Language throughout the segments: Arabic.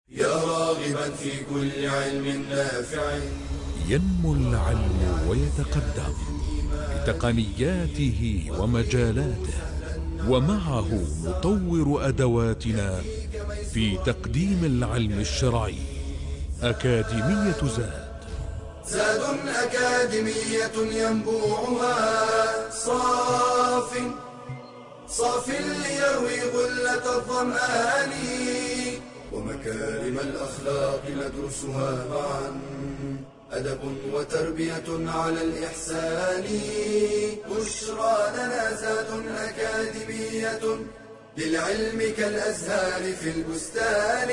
يا راغبا في كل علم نافع. ينمو العلم ويتقدم بتقنياته ومجالاته، ومعه نطور أدواتنا في تقديم العلم الشرعي. أكاديمية زاد أكاديمية ينبوعها صاف ليروي غلة الظمآن، ومكارم الأخلاق ندرسها معا، أدب وتربية على الإحسان. بشرى لنا زاد أكاديمية للعلم كالأزهار في البستان.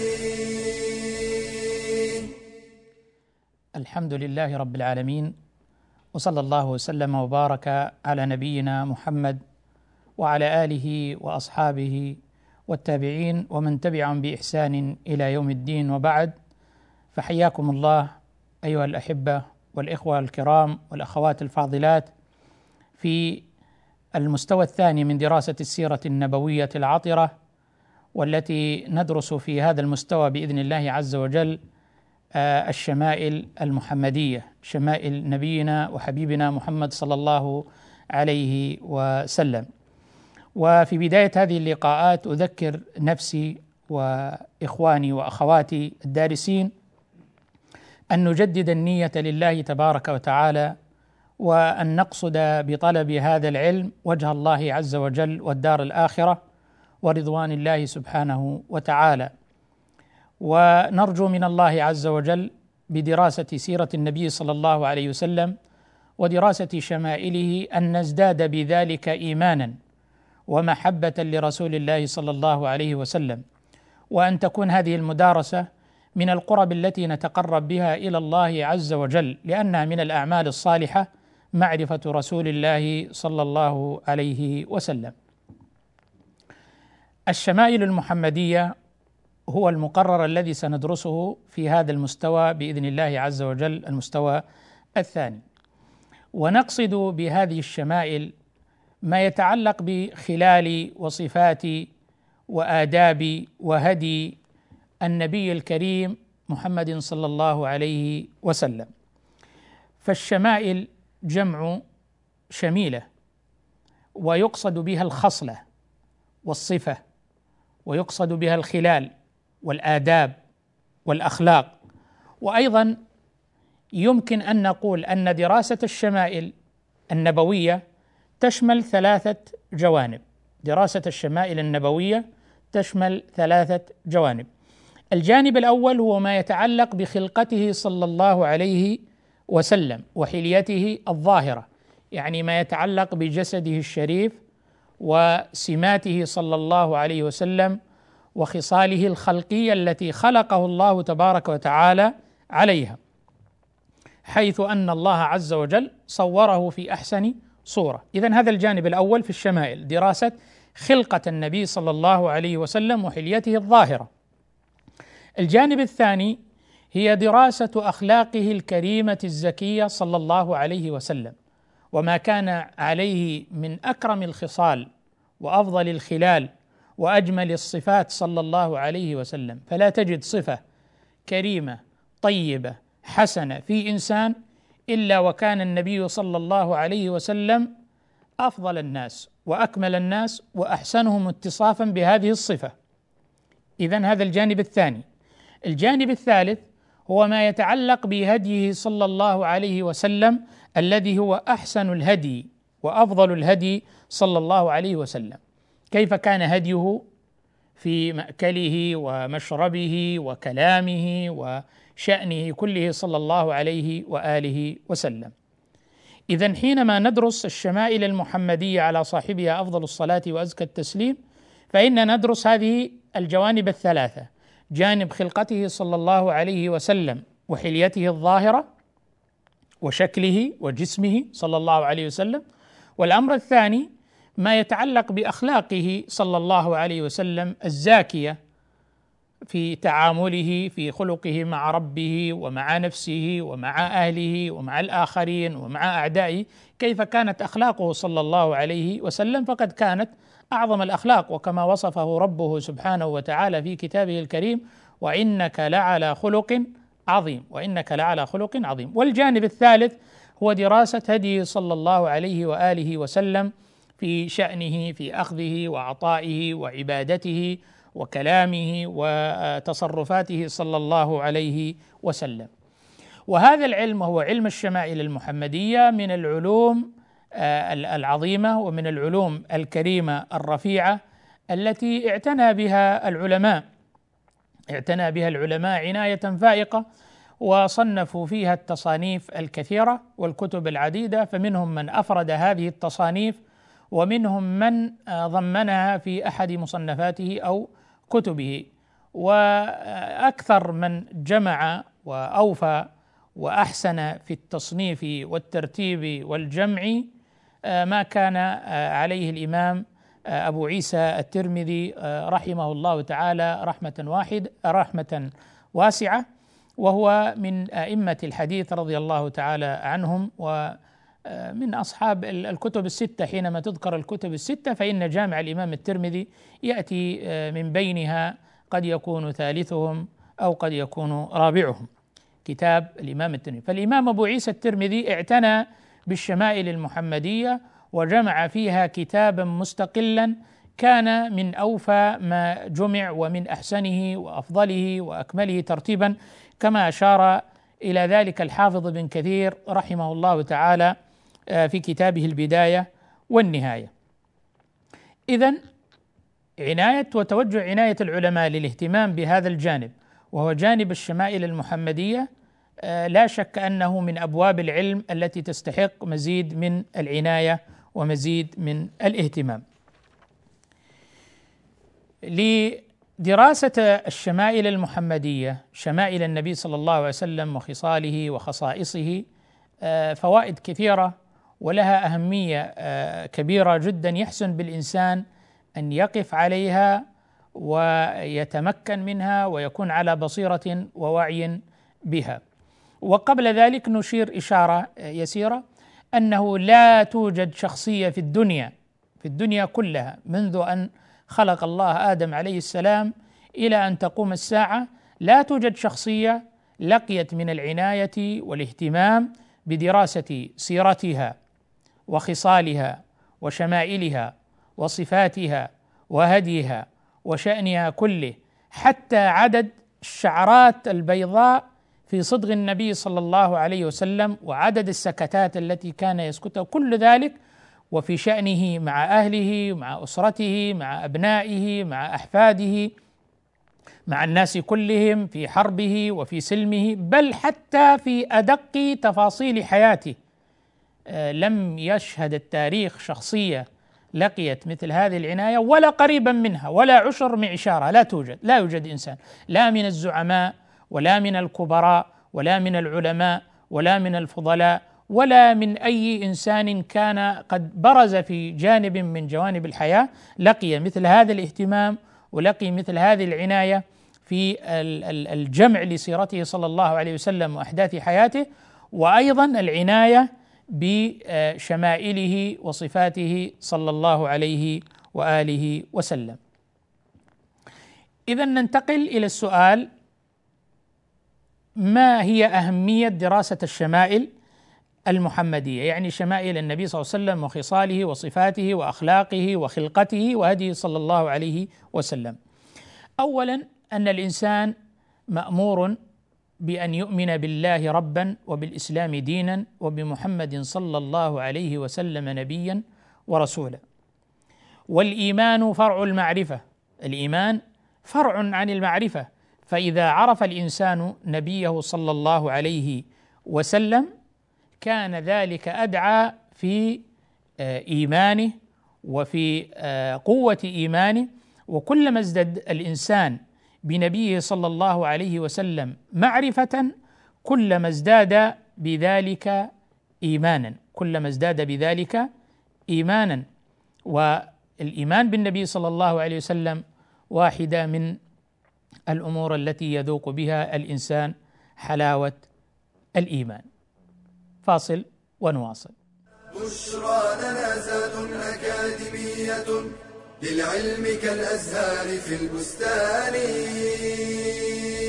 الحمد لله رب العالمين، وصلى الله وسلم وبارك على نبينا محمد وعلى آله وأصحابه والتابعين ومن تبعهم بإحسان إلى يوم الدين، وبعد، فحياكم الله أيها الأحبة والإخوة الكرام والأخوات الفاضلات في المستوى الثاني من دراسة السيرة النبوية العطرة، والتي ندرس في هذا المستوى بإذن الله عز وجل الشمائل المحمدية، شمائل نبينا وحبيبنا محمد صلى الله عليه وسلم. وفي بداية هذه اللقاءات أذكر نفسي وإخواني وأخواتي الدارسين أن نجدد النية لله تبارك وتعالى، وأن نقصد بطلب هذا العلم وجه الله عز وجل والدار الآخرة ورضوان الله سبحانه وتعالى. ونرجو من الله عز وجل بدراسة سيرة النبي صلى الله عليه وسلم ودراسة شمائله أن نزداد بذلك إيمانا ومحبة لرسول الله صلى الله عليه وسلم، وأن تكون هذه المدارسة من القرب التي نتقرب بها إلى الله عز وجل، لأنها من الأعمال الصالحة معرفة رسول الله صلى الله عليه وسلم. الشمائل المحمدية هو المقرر الذي سندرسه في هذا المستوى بإذن الله عز وجل، المستوى الثاني. ونقصد بهذه الشمائل ما يتعلق بخلال وصفات وآداب وهدي النبي الكريم محمد صلى الله عليه وسلم. فالشمائل جمع شميلة، ويقصد بها الخصلة والصفة، ويقصد بها الخلال والآداب والأخلاق. وأيضا يمكن أن نقول أن دراسة الشمائل النبوية تشمل ثلاثة جوانب. دراسة الشمائل النبوية تشمل ثلاثة جوانب. الجانب الأول هو ما يتعلق بخلقته صلى الله عليه وسلم وحليته الظاهرة، يعني ما يتعلق بجسده الشريف وسماته صلى الله عليه وسلم وخصاله الخلقية التي خلقه الله تبارك وتعالى عليها، حيث أن الله عز وجل صوره في أحسن صورة. إذن هذا الجانب الأول في الشمائل، دراسة خلقة النبي صلى الله عليه وسلم وحليته الظاهرة. الجانب الثاني هي دراسة أخلاقه الكريمة الزكية صلى الله عليه وسلم، وما كان عليه من أكرم الخصال وأفضل الخلال وأجمل الصفات صلى الله عليه وسلم. فلا تجد صفة كريمة طيبة حسنة في إنسان إلا وكان النبي صلى الله عليه وسلم أفضل الناس وأكمل الناس وأحسنهم اتصافا بهذه الصفة. إذن هذا الجانب الثاني. الجانب الثالث هو ما يتعلق بهديه صلى الله عليه وسلم الذي هو أحسن الهدي وأفضل الهدي صلى الله عليه وسلم. كيف كان هديه في مأكله ومشربه وكلامه وشأنه كله صلى الله عليه وآله وسلم. إذن حينما ندرس الشمائل المحمدية على صاحبها أفضل الصلاة وأزكى التسليم، فإننا ندرس هذه الجوانب الثلاثة: جانب خلقته صلى الله عليه وسلم وحليته الظاهرة وشكله وجسمه صلى الله عليه وسلم، والأمر الثاني ما يتعلق بأخلاقه صلى الله عليه وسلم الزاكية في تعامله، في خلقه مع ربه ومع نفسه ومع أهله ومع الآخرين ومع أعدائه. كيف كانت أخلاقه صلى الله عليه وسلم؟ فقد كانت أعظم الأخلاق، وكما وصفه ربه سبحانه وتعالى في كتابه الكريم: وإنك لعلى خلق عظيم، وإنك لعلى خلق عظيم. والجانب الثالث هو دراسة هديه صلى الله عليه وآله وسلم في شأنه، في أخذه وعطائه وعبادته وكلامه وتصرفاته صلى الله عليه وسلم. وهذا العلم هو علم الشمائل المحمدية، من العلوم العظيمة ومن العلوم الكريمة الرفيعة التي اعتنى بها العلماء عناية فائقة، وصنفوا فيها التصانيف الكثيرة والكتب العديدة، فمنهم من أفرد هذه التصانيف، ومنهم من ضمنها في أحد مصنفاته أو كتبه. وأكثر من جمع وأوفى وأحسن في التصنيف والترتيب والجمع ما كان عليه الإمام أبو عيسى الترمذي رحمه الله تعالى رحمة واسعة، وهو من أئمة الحديث رضي الله تعالى عنهم، ومن أصحاب الكتب الستة. حينما تذكر الكتب الستة فإن جامع الإمام الترمذي يأتي من بينها، قد يكون ثالثهم أو قد يكون رابعهم، كتاب الإمام الترمذي. فالإمام أبو عيسى الترمذي اعتنى بالشمائل المحمدية وجمع فيها كتابا مستقلا كان من أوفى ما جمع ومن أحسنه وأفضله وأكمله ترتيبا، كما أشار إلى ذلك الحافظ بن كثير رحمه الله تعالى في كتابه البداية والنهاية. إذن عناية وتوجه عناية العلماء للاهتمام بهذا الجانب، وهو جانب الشمائل المحمدية، لا شك أنه من أبواب العلم التي تستحق مزيد من العناية ومزيد من الاهتمام. لدراسة الشمائل المحمدية، شمائل النبي صلى الله عليه وسلم وخصاله وخصائصه، فوائد كثيرة ولها أهمية كبيرة جدا، يحسن بالإنسان أن يقف عليها ويتمكن منها ويكون على بصيرة ووعي بها. وقبل ذلك نشير إشارة يسيرة أنه لا توجد شخصية في الدنيا كلها منذ أن خلق الله آدم عليه السلام إلى أن تقوم الساعة، لا توجد شخصية لقيت من العناية والاهتمام بدراسة سيرتها وخصالها وشمائلها وصفاتها وهديها وشأنها كله، حتى عدد الشعرات البيضاء في صدغ النبي صلى الله عليه وسلم، وعدد السكتات التي كان يسكتها، كل ذلك وفي شأنه مع أهله، مع أسرته، مع أبنائه، مع أحفاده، مع الناس كلهم، في حربه وفي سلمه، بل حتى في أدق تفاصيل حياته. لم يشهد التاريخ شخصية لقيت مثل هذه العناية ولا قريبا منها ولا عشر معشارها، لا يوجد إنسان، لا من الزعماء ولا من الكبراء ولا من العلماء ولا من الفضلاء ولا من أي إنسان كان قد برز في جانب من جوانب الحياة لقي مثل هذا الاهتمام ولقي مثل هذه العناية في الجمع لسيرته صلى الله عليه وسلم وأحداث حياته، وأيضا العناية بشمائله وصفاته صلى الله عليه وآله وسلم. إذن ننتقل إلى السؤال: ما هي أهمية دراسة الشمائل المحمدية؟ يعني شمائل النبي صلى الله عليه وسلم وخصاله وصفاته وأخلاقه وخلقته وهديه صلى الله عليه وسلم. أولا، أن الإنسان مأمور بأن يؤمن بالله ربا وبالإسلام دينا وبمحمد صلى الله عليه وسلم نبيا ورسولا. والإيمان فرع المعرفة، الإيمان فرع عن المعرفة، فإذا عرف الإنسان نبيه صلى الله عليه وسلم كان ذلك أدعى في إيمانه وفي قوة إيمانه، وكلما ازداد الإنسان بنبيه صلى الله عليه وسلم معرفة كلما ازداد بذلك إيمانا، والإيمان بالنبي صلى الله عليه وسلم واحدة من الأمور التي يذوق بها الإنسان حلاوة الإيمان. فاصل ونواصل. بشرى لنا زاد أكاديمية للعلم كالأزهار في البستان.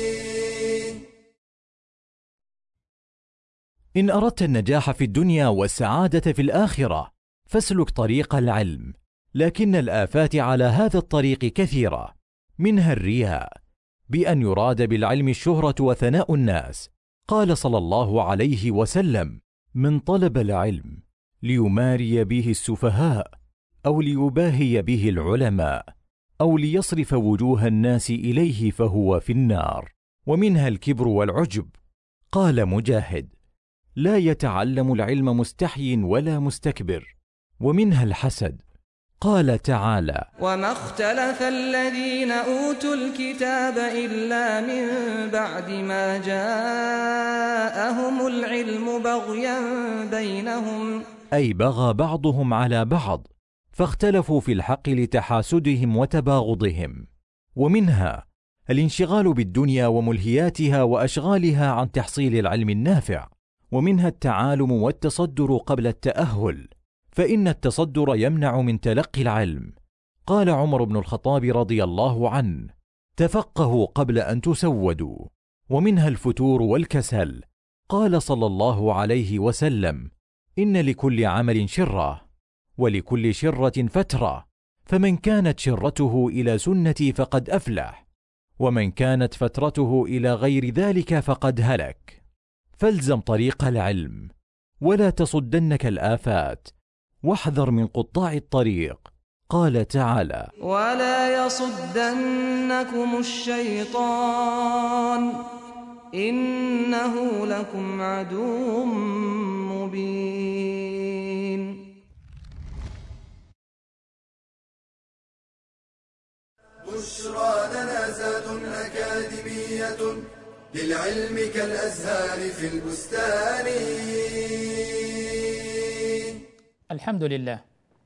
إن أردت النجاح في الدنيا والسعادة في الآخرة فاسلك طريق العلم، لكن الآفات على هذا الطريق كثيرة، منها الرياء، بأن يراد بالعلم الشهرة وثناء الناس. قال صلى الله عليه وسلم: من طلب العلم ليماري به السفهاء أو ليباهي به العلماء أو ليصرف وجوه الناس إليه فهو في النار. ومنها الكبر والعجب. قال مجاهد: لا يتعلم العلم مستحي ولا مستكبر. ومنها الحسد. قال تعالى: وما اختلف الذين أوتوا الكتاب إلا من بعد ما جاءهم العلم بغيا بينهم، أي بغى بعضهم على بعض فاختلفوا في الحق لتحاسدهم وتباغضهم. ومنها الانشغال بالدنيا وملهياتها وأشغالها عن تحصيل العلم النافع. ومنها التعالم والتصدر قبل التأهل، فإن التصدر يمنع من تلقي العلم. قال عمر بن الخطاب رضي الله عنه: تفقهوا قبل أن تسودوا. ومنها الفتور والكسل. قال صلى الله عليه وسلم: إن لكل عمل شرة، ولكل شرة فترة، فمن كانت شرته إلى سنتي فقد أفلح، ومن كانت فترته إلى غير ذلك فقد هلك. فالزم طريق العلم ولا تصدنك الآفات، واحذر من قطاع الطريق. قال تعالى: ولا يصدنكم الشيطان إنه لكم عدو مبين. بشرى لنا زاد أكاديمية للعلم كالأزهار في البستان. الحمد لله.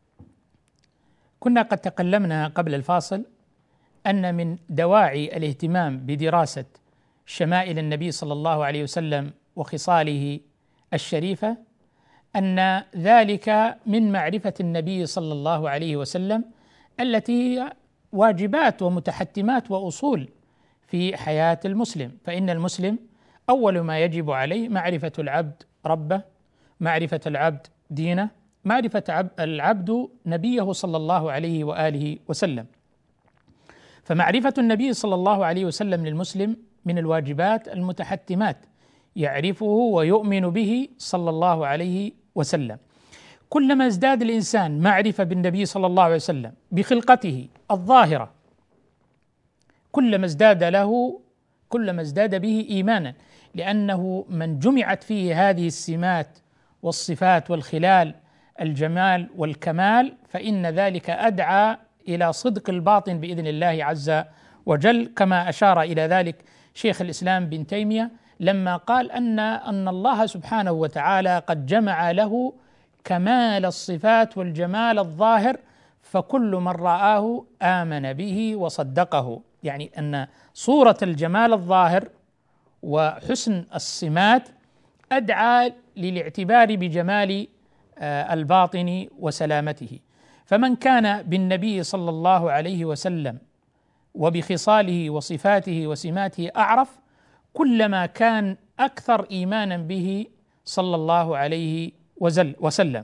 كنا قد تكلمنا قبل الفاصل أن من دواعي الاهتمام بدراسة شمائل النبي صلى الله عليه وسلم وخصاله الشريفة أن ذلك من معرفة النبي صلى الله عليه وسلم التي هي واجبات ومتحتمات وأصول في حياة المسلم. فإن المسلم أول ما يجب عليه معرفة العبد ربه، معرفة العبد دينه، معرفة العبد نبيه صلى الله عليه وآله وسلم. فمعرفة النبي صلى الله عليه وسلم للمسلم من الواجبات المتحتمات، يعرفه ويؤمن به صلى الله عليه وسلم. كلما ازداد الإنسان معرفة بالنبي صلى الله عليه وسلم بخلقته الظاهرة، كلما ازداد به إيمانا، لأنه من جمعت فيه هذه السمات والصفات والخلال، الجمال والكمال، فإن ذلك أدعى إلى صدق الباطن بإذن الله عز وجل، كما أشار إلى ذلك شيخ الإسلام بن تيمية لما قال أن الله سبحانه وتعالى قد جمع له كمال الصفات والجمال الظاهر، فكل من رآه آمن به وصدقه. يعني أن صورة الجمال الظاهر وحسن السمات أدعى للاعتبار بجمال الباطن وسلامته. فمن كان بالنبي صلى الله عليه وسلم وبخصاله وصفاته وسماته أعرف، كلما كان أكثر إيمانا به صلى الله عليه وسلم.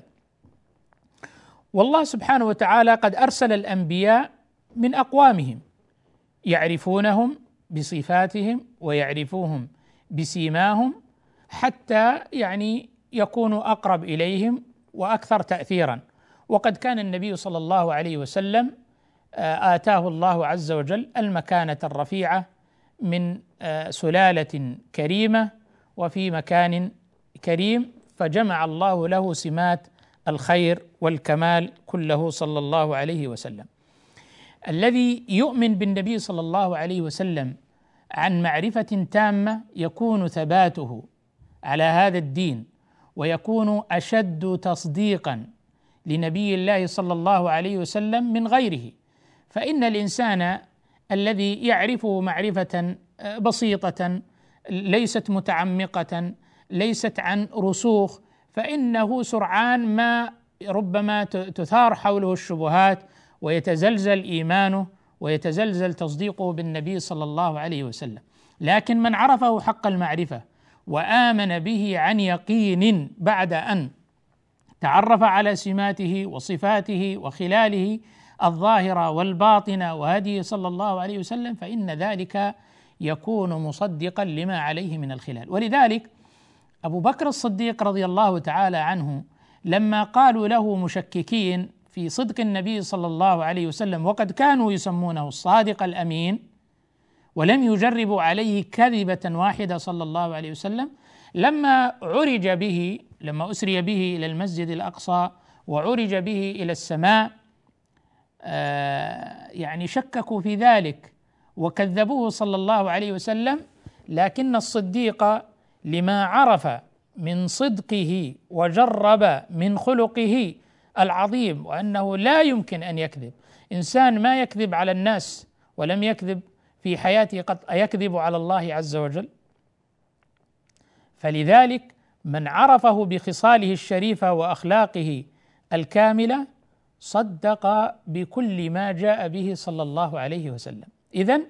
والله سبحانه وتعالى قد أرسل الأنبياء من أقوامهم يعرفونهم بصفاتهم ويعرفوهم بسيماهم حتى يكونوا أقرب إليهم وأكثر تأثيرا. وقد كان النبي صلى الله عليه وسلم آتاه الله عز وجل المكانة الرفيعة من سلالة كريمة وفي مكان كريم، فجمع الله له سمات الخير والكمال كله صلى الله عليه وسلم. الذي يؤمن بالنبي صلى الله عليه وسلم عن معرفة تامة يكون ثباته على هذا الدين ويكون أشد تصديقا لنبي الله صلى الله عليه وسلم من غيره. فإن الإنسان الذي يعرفه معرفة بسيطة ليست متعمقة ليست عن رسوخ، فإنه سرعان ما ربما تثار حوله الشبهات ويتزلزل إيمانه ويتزلزل تصديقه بالنبي صلى الله عليه وسلم. لكن من عرفه حق المعرفة وآمن به عن يقين بعد أن تعرف على سماته وصفاته وخلاله الظاهرة والباطنة وهديه صلى الله عليه وسلم، فإن ذلك يكون مصدقا لما عليه من الخلال. ولذلك أبو بكر الصديق رضي الله تعالى عنه لما قالوا له مشككين في صدق النبي صلى الله عليه وسلم، وقد كانوا يسمونه الصادق الأمين، ولم يجربوا عليه كذبة واحدة صلى الله عليه وسلم، لما أسري به إلى المسجد الأقصى وعرج به إلى السماء يعني شككوا في ذلك وكذبوه صلى الله عليه وسلم. لكن الصديق لما عرف من صدقه وجرب من خلقه العظيم، وأنه لا يمكن أن يكذب، إنسان ما يكذب على الناس ولم يكذب في حياته قد أيكذب على الله عز وجل؟ فلذلك من عرفه بخصاله الشريفة وأخلاقه الكاملة صدق بكل ما جاء به صلى الله عليه وسلم. إذن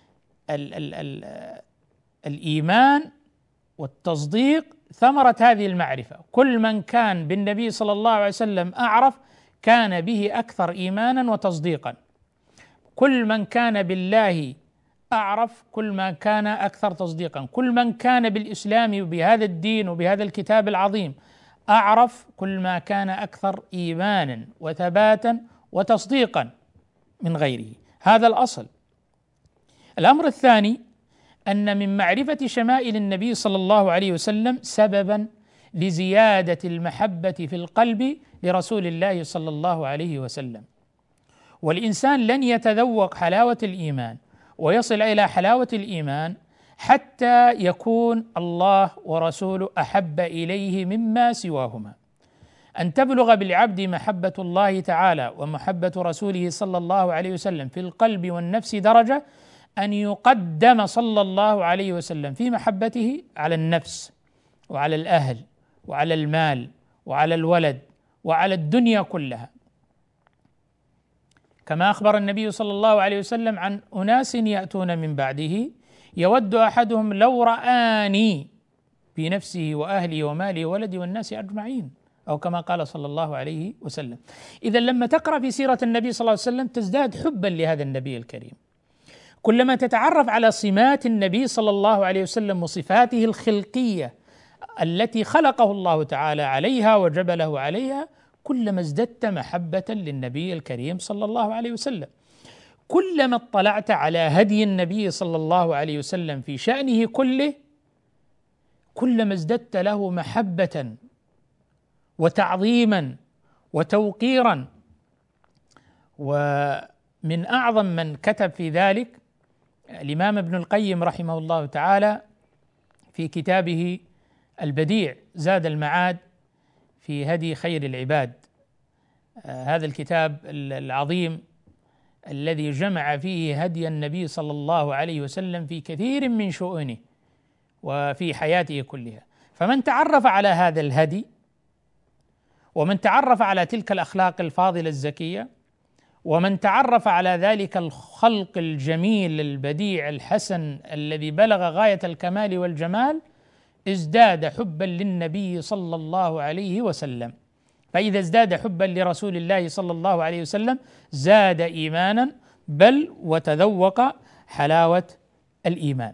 الإيمان والتصديق ثمرة هذه المعرفة. كل من كان بالنبي صلى الله عليه وسلم أعرف كان به أكثر إيمانا وتصديقا، كل من كان بالله أعرف كل ما كان أكثر تصديقا، كل من كان بالإسلام وبهذا الدين وبهذا الكتاب العظيم أعرف كل ما كان أكثر إيمانا وثباتا وتصديقا من غيره. هذا الأصل. الأمر الثاني أن من معرفة شمائل النبي صلى الله عليه وسلم سببا لزيادة المحبة في القلب لرسول الله صلى الله عليه وسلم. والإنسان لن يتذوق حلاوة الإيمان ويصل إلى حلاوة الإيمان حتى يكون الله ورسوله أحب إليه مما سواهما. أن تبلغ بالعبد محبة الله تعالى ومحبة رسوله صلى الله عليه وسلم في القلب والنفس درجة أن يقدم صلى الله عليه وسلم في محبته على النفس وعلى الأهل وعلى المال وعلى الولد وعلى الدنيا كلها، كما أخبر النبي صلى الله عليه وسلم عن أناس يأتون من بعده يود أحدهم لو رآني في نفسه وأهلي ومالي وولدي والناس أجمعين، أو كما قال صلى الله عليه وسلم. إذا لما تقرأ في سيرة النبي صلى الله عليه وسلم تزداد حبا لهذا النبي الكريم. كلما تتعرف على سمات النبي صلى الله عليه وسلم وصفاته الخلقية التي خلقه الله تعالى عليها وجبله عليها، كلما ازددت محبة للنبي الكريم صلى الله عليه وسلم. كلما اطلعت على هدي النبي صلى الله عليه وسلم في شأنه كله، كلما ازددت له محبة وتعظيما وتوقيرا. ومن أعظم من كتب في ذلك الإمام ابن القيم رحمه الله تعالى في كتابه البديع زاد المعاد في هدي خير العباد. هذا الكتاب العظيم الذي جمع فيه هدي النبي صلى الله عليه وسلم في كثير من شؤونه وفي حياته كلها. فمن تعرف على هذا الهدي ومن تعرف على تلك الأخلاق الفاضلة الزكية ومن تعرف على ذلك الخلق الجميل البديع الحسن الذي بلغ غاية الكمال والجمال، ازداد حبا للنبي صلى الله عليه وسلم. فإذا ازداد حبا لرسول الله صلى الله عليه وسلم زاد إيمانا، بل وتذوق حلاوة الإيمان.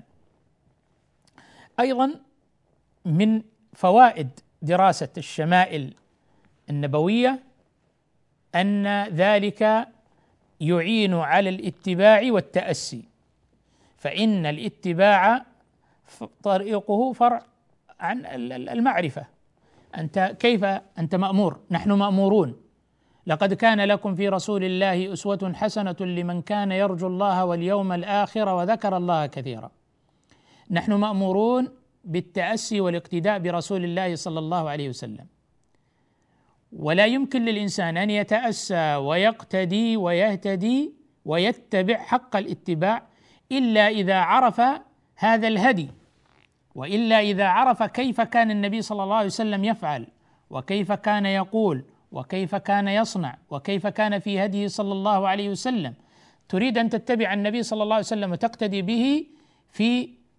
أيضا من فوائد دراسة الشمائل النبوية أن ذلك يعين على الاتباع والتأسي، فإن الاتباع طريقه فرع عن المعرفة. أنت مأمور، نحن مأمورون. لقد كان لكم في رسول الله أسوة حسنة لمن كان يرجو الله واليوم الآخر وذكر الله كثيرا. نحن مأمورون بالتأسي والاقتداء برسول الله صلى الله عليه وسلم، ولا يمكن للإنسان أن يتأسى ويقتدي ويهتدي ويتبع حق الاتباع إلا إذا عرف هذا الهدي، وإلا إذا عرف كيف كان النبي صلى الله عليه وسلم يفعل وكيف كان يقول وكيف كان يصنع وكيف كان في هديه صلى الله عليه وسلم. تريد أن تتبع النبي صلى الله عليه وسلم وتقتدي به في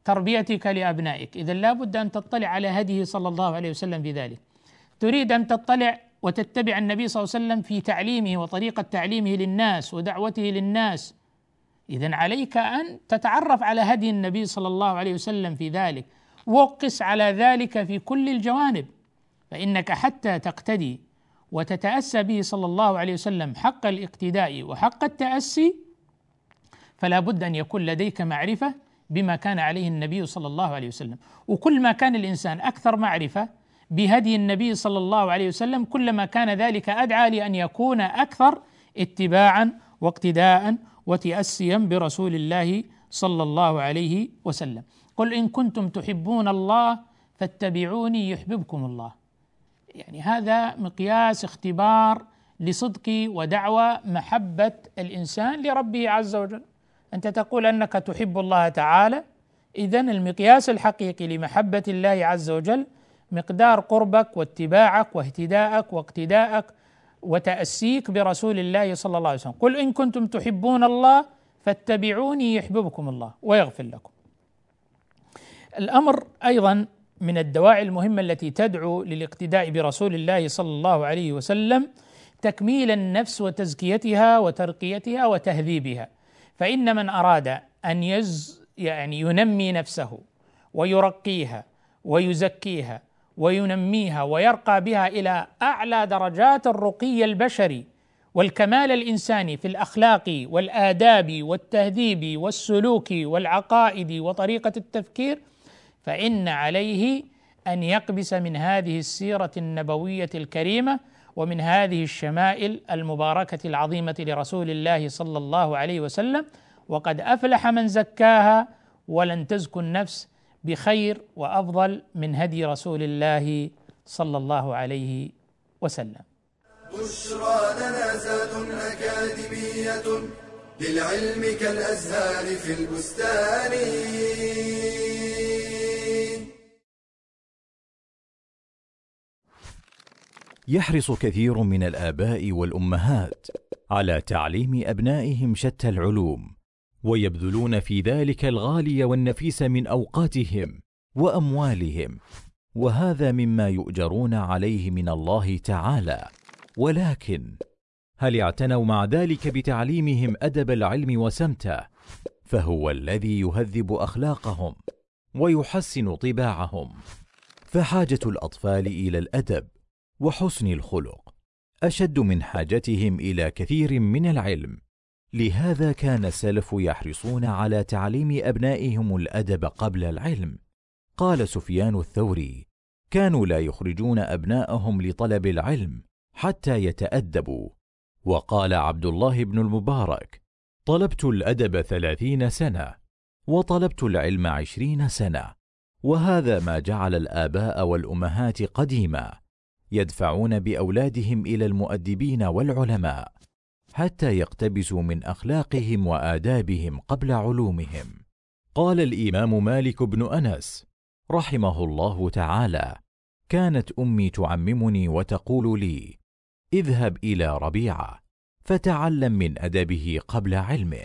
تربيتك لأبنائك، إذا لا بد أن تطلع على هديه صلى الله عليه وسلم في ذلك. تريد أن تطلع وتتبع النبي صلى الله عليه وسلم في تعليمه وطريقة تعليمه للناس ودعوته للناس، إذن عليك أن تتعرف على هدي النبي صلى الله عليه وسلم في ذلك، وقس على ذلك في كل الجوانب، فإنك حتى تقتدي وتتأسى به صلى الله عليه وسلم حق الاقتداء وحق التأسي، فلا بد أن يكون لديك معرفة بما كان عليه النبي صلى الله عليه وسلم. وكل ما كان الإنسان أكثر معرفة بهدي النبي صلى الله عليه وسلم كلما كان ذلك أدعى لأن يكون أكثر اتباعا واقتداء وتأسيا برسول الله صلى الله عليه وسلم. قل إن كنتم تحبون الله فاتبعوني يحببكم الله. يعني هذا مقياس اختبار لصدق ودعوى محبة الإنسان لربه عز وجل. أنت تقول أنك تحب الله تعالى، إذن المقياس الحقيقي لمحبة الله عز وجل مقدار قربك واتباعك واهتداءك واقتداءك وتأسيك برسول الله صلى الله عليه وسلم. قل إن كنتم تحبون الله فاتبعوني يحببكم الله ويغفر لكم. الأمر أيضا من الدواعي المهمة التي تدعو للاقتداء برسول الله صلى الله عليه وسلم تكميل النفس وتزكيتها وترقيتها وتهذيبها. فإن من أراد أن ينمي نفسه ويرقيها ويزكيها وينميها ويرقى بها إلى أعلى درجات الرقي البشري والكمال الإنساني في الأخلاق والآداب والتهذيب والسلوك والعقائد وطريقة التفكير، فإن عليه أن يقبس من هذه السيرة النبوية الكريمة ومن هذه الشمائل المباركة العظيمة لرسول الله صلى الله عليه وسلم. وقد أفلح من زكاها، ولن تزكو النفس بخير وأفضل من هدي رسول الله صلى الله عليه وسلم. بشرى لنا زاد أكاديمية للعلم كالأزهار في البستان. يحرص كثير من الآباء والأمهات على تعليم أبنائهم شتى العلوم، ويبذلون في ذلك الغالي والنفيس من أوقاتهم وأموالهم، وهذا مما يؤجرون عليه من الله تعالى. ولكن هل اعتنوا مع ذلك بتعليمهم أدب العلم وسمته؟ فهو الذي يهذب أخلاقهم ويحسن طباعهم. فحاجة الأطفال إلى الأدب وحسن الخلق أشد من حاجتهم إلى كثير من العلم. لهذا كان السلف يحرصون على تعليم أبنائهم الأدب قبل العلم. قال سفيان الثوري: كانوا لا يخرجون أبناءهم لطلب العلم حتى يتأدبوا. وقال عبد الله بن المبارك: طلبت الأدب 30 سنة وطلبت العلم 20 سنة. وهذا ما جعل الآباء والأمهات قديما يدفعون بأولادهم إلى المؤدبين والعلماء حتى يقتبسوا من أخلاقهم وآدابهم قبل علومهم. قال الإمام مالك بن أنس رحمه الله تعالى: كانت أمي تعممني وتقول لي: اذهب إلى ربيعة فتعلم من أدبه قبل علمه.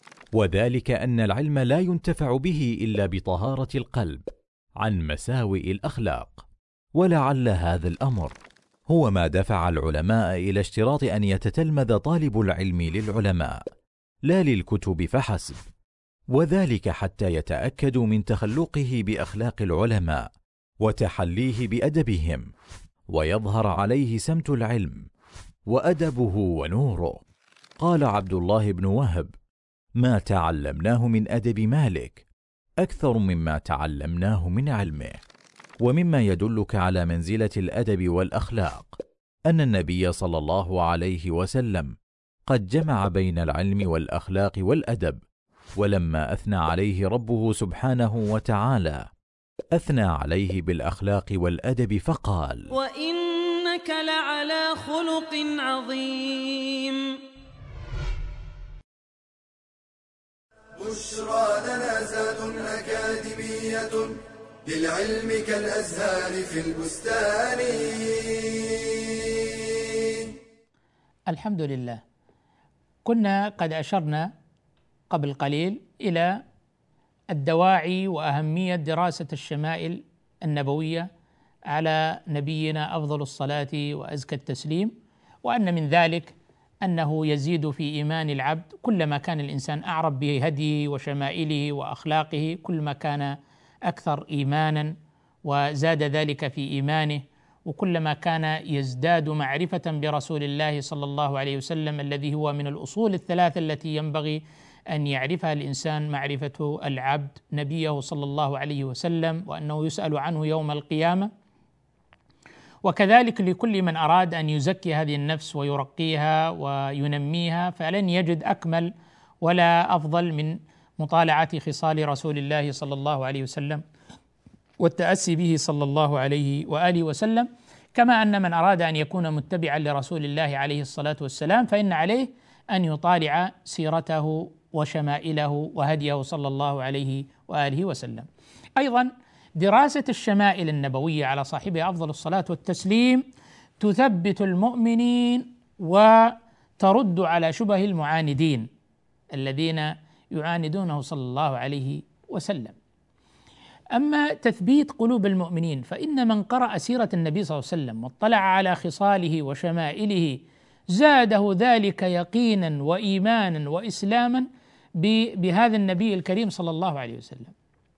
وذلك أن العلم لا ينتفع به إلا بطهارة القلب عن مساوئ الأخلاق. ولعل هذا الأمر هو ما دفع العلماء إلى اشتراط أن يتتلمذ طالب العلم للعلماء لا للكتب فحسب، وذلك حتى يتأكدوا من تخلقه بأخلاق العلماء وتحليه بأدبهم، ويظهر عليه سمت العلم وأدبه ونوره. قال عبد الله بن وهب: ما تعلمناه من أدب مالك أكثر مما تعلمناه من علمه. ومما يدلك على منزلة الأدب والأخلاق أن النبي صلى الله عليه وسلم قد جمع بين العلم والأخلاق والأدب. ولما أثنى عليه ربه سبحانه وتعالى أثنى عليه بالأخلاق والأدب فقال: وإنك لعلى خلق عظيم. بشرى لنا زاد أكاديمية للعلم كالأزهار في البستان. الحمد لله. كنا قد أشرنا قبل قليل إلى الدواعي وأهمية دراسة الشمائل النبوية على نبينا أفضل الصلاة وأزكى التسليم، وأن من ذلك أنه يزيد في إيمان العبد كلما كان الإنسان أعرف بهديه وشمائله وأخلاقه، كلما كان أكثر إيمانا وزاد ذلك في إيمانه، وكلما كان يزداد معرفة برسول الله صلى الله عليه وسلم الذي هو من الأصول الثلاثة التي ينبغي أن يعرفها الإنسان: معرفة العبد نبيه صلى الله عليه وسلم، وأنه يسأل عنه يوم القيامة. وكذلك لكل من أراد أن يزكي هذه النفس ويرقيها وينميها، فلن يجد أكمل ولا أفضل من مطالعة خصال رسول الله صلى الله عليه وسلم والتأسي به صلى الله عليه وآله وسلم. كما أن من أراد أن يكون متبعا لرسول الله عليه الصلاة والسلام فإن عليه أن يطالع سيرته وشمائله وهديه صلى الله عليه وآله وسلم. أيضا دراسة الشمائل النبوية على صاحبها أفضل الصلاة والتسليم تثبت المؤمنين وترد على شبه المعاندين الذين يعاندونه صلى الله عليه وسلم. أما تثبيت قلوب المؤمنين فإن من قرأ سيرة النبي صلى الله عليه وسلم واطلع على خصاله وشمائله زاده ذلك يقينا وإيمانا وإسلاما بهذا النبي الكريم صلى الله عليه وسلم.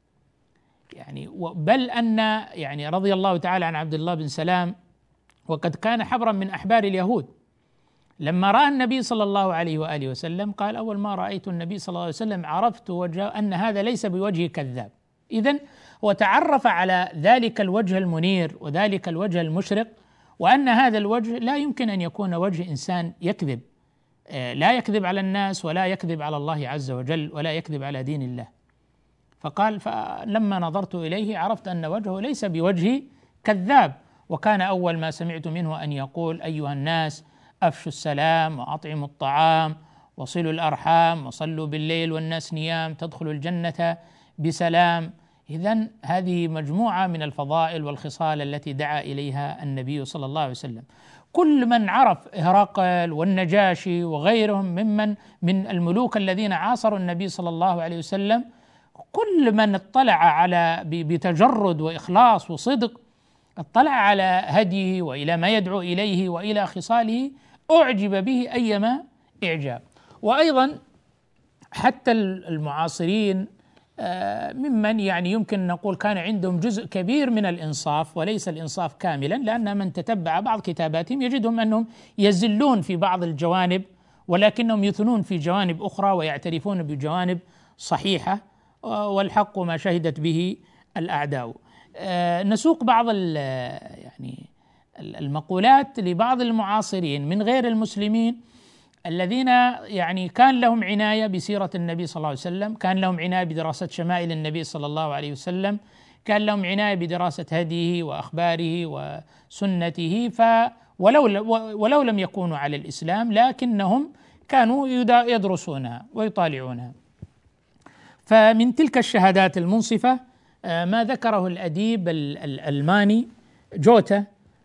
يعني بل أن يعني رضي الله تعالى عن عبد الله بن سلام، وقد كان حبرا من أحبار اليهود، لما رأى النبي صلى الله عليه وآله وسلم قال: أول ما رأيت النبي صلى الله عليه وسلم عرفت وجه أن هذا ليس بوجه كذاب. إذن وتعرف على ذلك الوجه المنير وذلك الوجه المشرق، وأن هذا الوجه لا يمكن أن يكون وجه إنسان يكذب، لا يكذب على الناس ولا يكذب على الله عز وجل ولا يكذب على دين الله. فقال: فلما نظرت إليه عرفت أن وجهه ليس بوجه كذاب. وكان أول ما سمعت منه أن يقول: أيها الناس أفشوا السلام وأطعموا الطعام وصلوا الأرحام وصلوا بالليل والناس نيام تدخلوا الجنة بسلام. إذن هذه مجموعة من الفضائل والخصال التي دعا إليها النبي صلى الله عليه وسلم. كل من عرف هرقل والنجاشي وغيرهم من الملوك الذين عاصروا النبي صلى الله عليه وسلم، كل من اطلع على بتجرد وإخلاص وصدق اطلع على هديه وإلى ما يدعو إليه وإلى خصاله أعجب به أيما إعجاب. وأيضا حتى المعاصرين ممن يعني يمكن نقول كان عندهم جزء كبير من الإنصاف، وليس الإنصاف كاملا، لأن من تتبع بعض كتاباتهم يجدهم أنهم يزلون في بعض الجوانب ولكنهم يثنون في جوانب أخرى ويعترفون بجوانب صحيحة، والحق ما شهدت به الأعداء. نسوق بعض يعني المقولات لبعض المعاصرين من غير المسلمين الذين يعني كان لهم عناية بسيرة النبي صلى الله عليه وسلم، كان لهم عناية بدراسة شمائل النبي صلى الله عليه وسلم، كان لهم عناية بدراسة هديه وأخباره وسنته، ولو لم يكونوا على الإسلام لكنهم كانوا يدرسونها ويطالعونها. فمن تلك الشهادات المنصفة ما ذكره الأديب الألماني جوتا،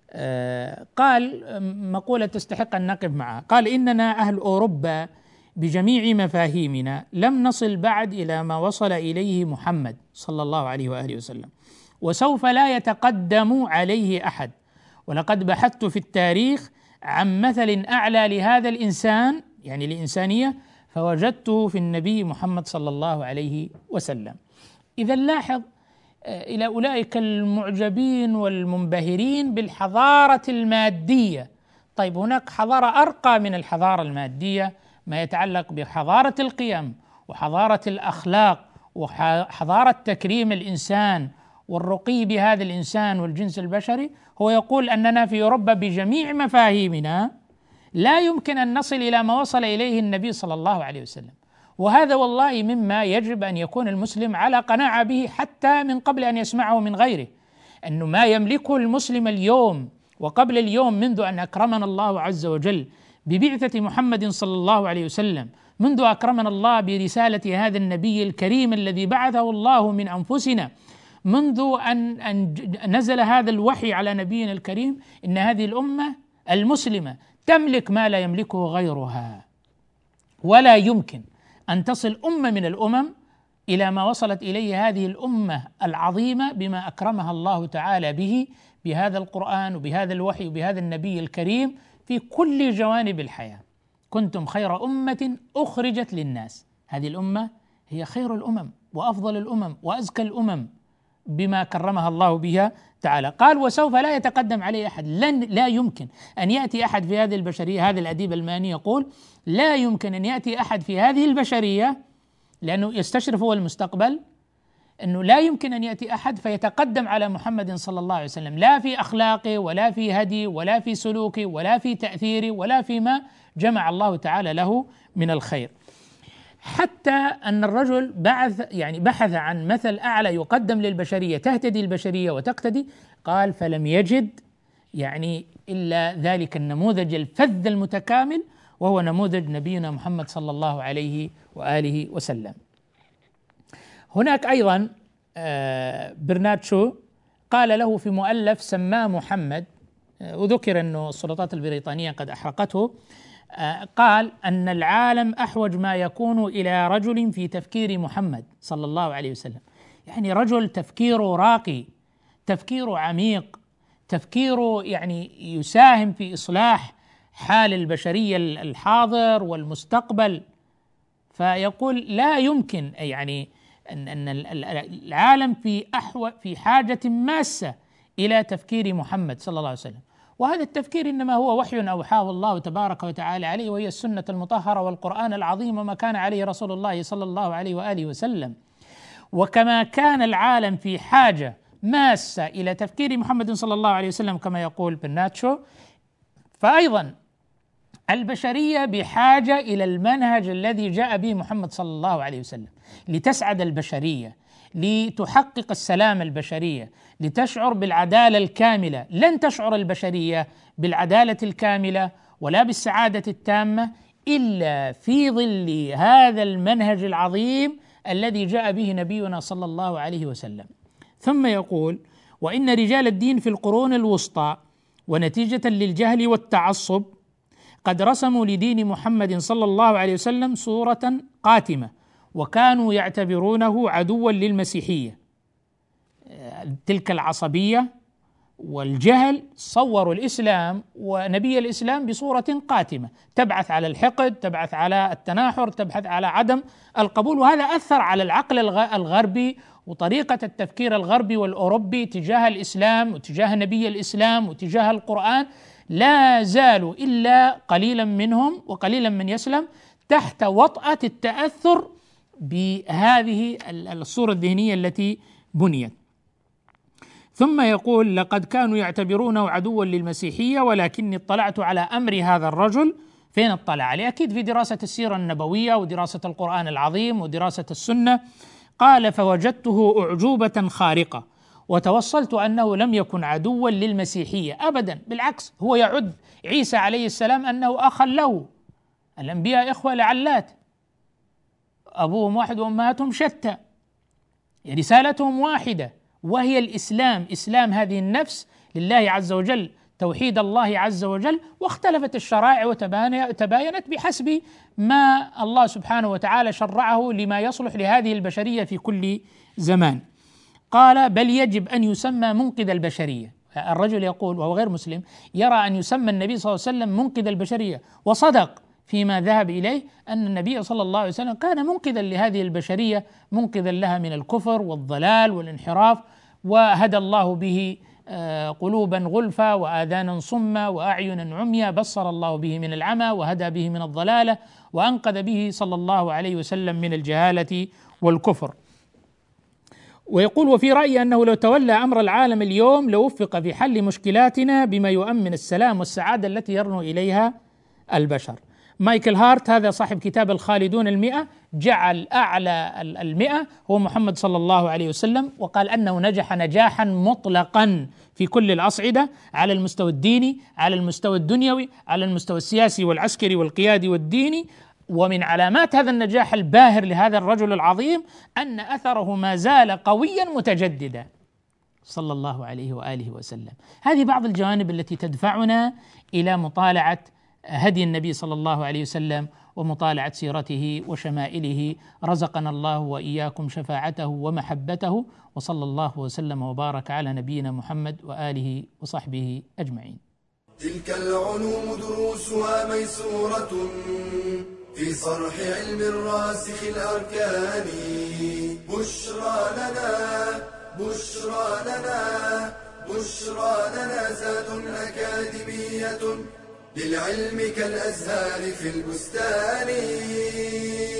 قال مقولة تستحق أن نقف معها. قال: إننا أهل أوروبا بجميع مفاهيمنا لم نصل بعد إلى ما وصل إليه محمد صلى الله عليه وآله وسلم، وسوف لا يتقدم عليه أحد. ولقد بحثت في التاريخ عن مثل أعلى لهذا الإنسان، يعني الإنسانية، فوجدته في النبي محمد صلى الله عليه وسلم. إذا لاحظ إلى أولئك المعجبين والمنبهرين بالحضارة المادية. طيب هناك حضارة أرقى من الحضارة المادية، ما يتعلق بحضارة القيم وحضارة الأخلاق وحضارة تكريم الإنسان والرقي بهذا الإنسان والجنس البشري. هو يقول أننا في أوروبا بجميع مفاهيمنا لا يمكن أن نصل إلى ما وصل إليه النبي صلى الله عليه وسلم. وهذا والله مما يجب أن يكون المسلم على قناعة به حتى من قبل أن يسمعه من غيره، أنه ما يملكه المسلم اليوم وقبل اليوم، منذ أن أكرمنا الله عز وجل ببعثة محمد صلى الله عليه وسلم، منذ أكرمنا الله برسالة هذا النبي الكريم الذي بعثه الله من أنفسنا، منذ أن نزل هذا الوحي على نبينا الكريم، إن هذه الأمة المسلمة تملك ما لا يملكه غيرها. ولا يمكن أن تصل أمة من الأمم إلى ما وصلت إليه هذه الأمة العظيمة بما أكرمها الله تعالى به، بهذا القرآن وبهذا الوحي وبهذا النبي الكريم في كل جوانب الحياة. كنتم خير أمة أخرجت للناس. هذه الأمة هي خير الأمم وأفضل الأمم وأزكى الأمم بما كرمها الله بها تعالى. قال وسوف لا يتقدم عليه أحد، لا يمكن أن يأتي أحد في هذه البشرية. هذا الأديب الماني يقول لا يمكن أن يأتي أحد في هذه البشرية، لأنه يستشرف هو المستقبل، أنه لا يمكن أن يأتي أحد فيتقدم على محمد صلى الله عليه وسلم، لا في أخلاقه ولا في هدي ولا في سلوكه ولا في تأثيره ولا فيما جمع الله تعالى له من الخير. حتى أن الرجل بحث عن مثل أعلى يقدم للبشرية تهتدي البشرية وتقتدي، قال فلم يجد إلا ذلك النموذج الفذ المتكامل، وهو نموذج نبينا محمد صلى الله عليه وآله وسلم. هناك أيضا برنارد شو قال له في مؤلف سماه محمد، وذكر أنه السلطات البريطانية قد أحرقته، قال أن العالم أحوج ما يكون إلى رجل في تفكير محمد صلى الله عليه وسلم، يعني رجل تفكيره راقي، تفكيره عميق، تفكيره يساهم في إصلاح حال البشرية الحاضر والمستقبل. فيقول لا يمكن أن العالم في حاجة ماسة إلى تفكير محمد صلى الله عليه وسلم، وهذا التفكير إنما هو وحي أوحاه الله تبارك وتعالى عليه، وهي السنة المطهرة والقرآن العظيم وما كان عليه رسول الله صلى الله عليه وآله وسلم. وكما كان العالم في حاجة ماسة إلى تفكير محمد صلى الله عليه وسلم كما يقول برناتشو، فأيضا البشرية بحاجة إلى المنهج الذي جاء به محمد صلى الله عليه وسلم لتسعد البشرية، لتحقق السلام البشرية، لتشعر بالعدالة الكاملة. لن تشعر البشرية بالعدالة الكاملة ولا بالسعادة التامة إلا في ظل هذا المنهج العظيم الذي جاء به نبينا صلى الله عليه وسلم. ثم يقول وإن رجال الدين في القرون الوسطى ونتيجة للجهل والتعصب قد رسموا لدين محمد صلى الله عليه وسلم صورة قاتمة، وكانوا يعتبرونه عدوا للمسيحية. تلك العصبية والجهل صوروا الإسلام ونبي الإسلام بصورة قاتمة تبعث على الحقد، تبعث على التناحر، تبحث على عدم القبول، وهذا أثر على العقل الغربي وطريقة التفكير الغربي والأوروبي تجاه الإسلام وتجاه نبي الإسلام وتجاه القرآن. لا زالوا إلا قليلا منهم وقليلا من يسلم تحت وطأة التأثر بهذه الصورة الذهنية التي بنيت. ثم يقول لقد كانوا يعتبرونه عدوا للمسيحية، ولكني اطلعت على أمر هذا الرجل. فين اطلع عليه؟ أكيد في دراسة السيرة النبوية ودراسة القرآن العظيم ودراسة السنة. قال فوجدته أعجوبة خارقة، وتوصلت أنه لم يكن عدوا للمسيحية أبدا، بالعكس هو يعد عيسى عليه السلام أنه أخا له. الأنبياء إخوة لعلات، أبوهم واحد وأمهاتهم شتى، رسالتهم واحدة وهي الإسلام، إسلام هذه النفس لله عز وجل، توحيد الله عز وجل. واختلفت الشرائع وتباينت بحسب ما الله سبحانه وتعالى شرعه لما يصلح لهذه البشرية في كل زمان. قال بل يجب أن يسمى منقذ البشرية. الرجل يقول وهو غير مسلم يرى أن يسمى النبي صلى الله عليه وسلم منقذ البشرية، وصدق فيما ذهب إليه أن النبي صلى الله عليه وسلم كان منقذا لهذه البشرية، منقذا لها من الكفر والضلال والانحراف، وهدى الله به قلوبا غلفا وآذانا صما وأعينا عميا، بصر الله به من العمى وهدى به من الضلالة، وأنقذ به صلى الله عليه وسلم من الجهالة والكفر. ويقول وفي رأيي أنه لو تولى أمر العالم اليوم لوفق في حل مشكلاتنا بما يؤمن السلام والسعادة التي يرنو إليها البشر. مايكل هارت هذا صاحب كتاب الخالدون 100 جعل أعلى 100 هو محمد صلى الله عليه وسلم، وقال أنه نجح نجاحا مطلقا في كل الأصعدة، على المستوى الديني، على المستوى الدنيوي، على المستوى السياسي والعسكري والقيادي والديني. ومن علامات هذا النجاح الباهر لهذا الرجل العظيم أن أثره ما زال قويا متجددا صلى الله عليه وآله وسلم. هذه بعض الجوانب التي تدفعنا إلى مطالعة هدي النبي صلى الله عليه وسلم ومطالعة سيرته وشمائله. رزقنا الله وإياكم شفاعته ومحبته، وصلى الله وسلم وبارك على نبينا محمد وآله وصحبه أجمعين. تلك العلوم دروسها ميسورة في صرح علم الراسخ الأركان. بشرى لنا بشرى لنا بشرى لنا زاد أكاديمية للعلم كالأزهار في البستان.